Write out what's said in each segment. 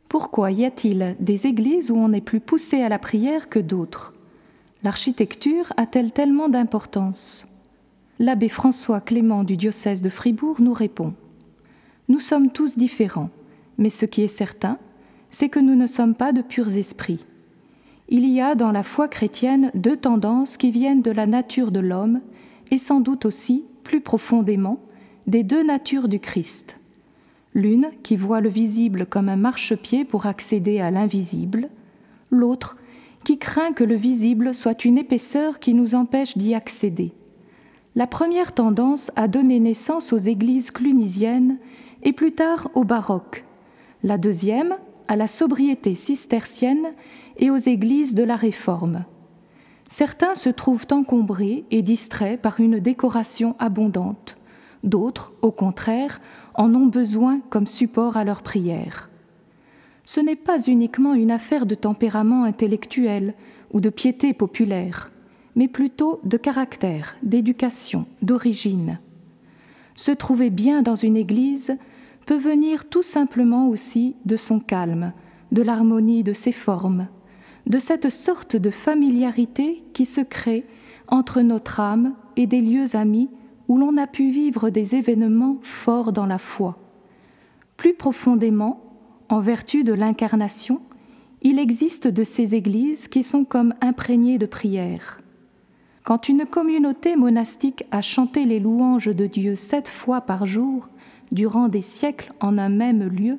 Pourquoi y a-t-il des églises où on est plus poussé à la prière que d'autres ? L'architecture a-t-elle tellement d'importance ? L'abbé François Clément du diocèse de Fribourg nous répond : nous sommes tous différents, mais ce qui est certain, c'est que nous ne sommes pas de purs esprits. Il y a dans la foi chrétienne deux tendances qui viennent de la nature de l'homme et sans doute aussi, plus profondément, des deux natures du Christ. L'une qui voit le visible comme un marchepied pour accéder à l'invisible, l'autre qui craint que le visible soit une épaisseur qui nous empêche d'y accéder. La première tendance a donné naissance aux églises clunisiennes et plus tard au baroque. La deuxième, à la sobriété cistercienne et aux églises de la Réforme. Certains se trouvent encombrés et distraits par une décoration abondante. D'autres, au contraire, en ont besoin comme support à leur prière. Ce n'est pas uniquement une affaire de tempérament intellectuel ou de piété populaire, mais plutôt de caractère, d'éducation, d'origine. Se trouver bien dans une église peut venir tout simplement aussi de son calme, de l'harmonie de ses formes, de cette sorte de familiarité qui se crée entre notre âme et des lieux amis où l'on a pu vivre des événements forts dans la foi. Plus profondément, en vertu de l'incarnation, il existe de ces églises qui sont comme imprégnées de prière. Quand une communauté monastique a chanté les louanges de Dieu 7 fois par jour, durant des siècles en un même lieu,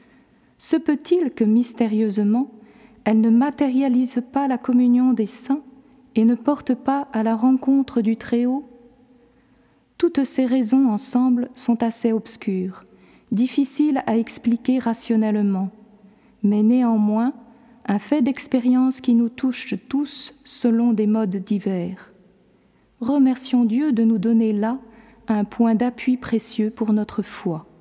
se peut-il que mystérieusement, elle ne matérialise pas la communion des saints et ne porte pas à la rencontre du Très-Haut ? Toutes ces raisons ensemble sont assez obscures, difficiles à expliquer rationnellement, mais néanmoins un fait d'expérience qui nous touche tous selon des modes divers. Remercions Dieu de nous donner là un point d'appui précieux pour notre foi.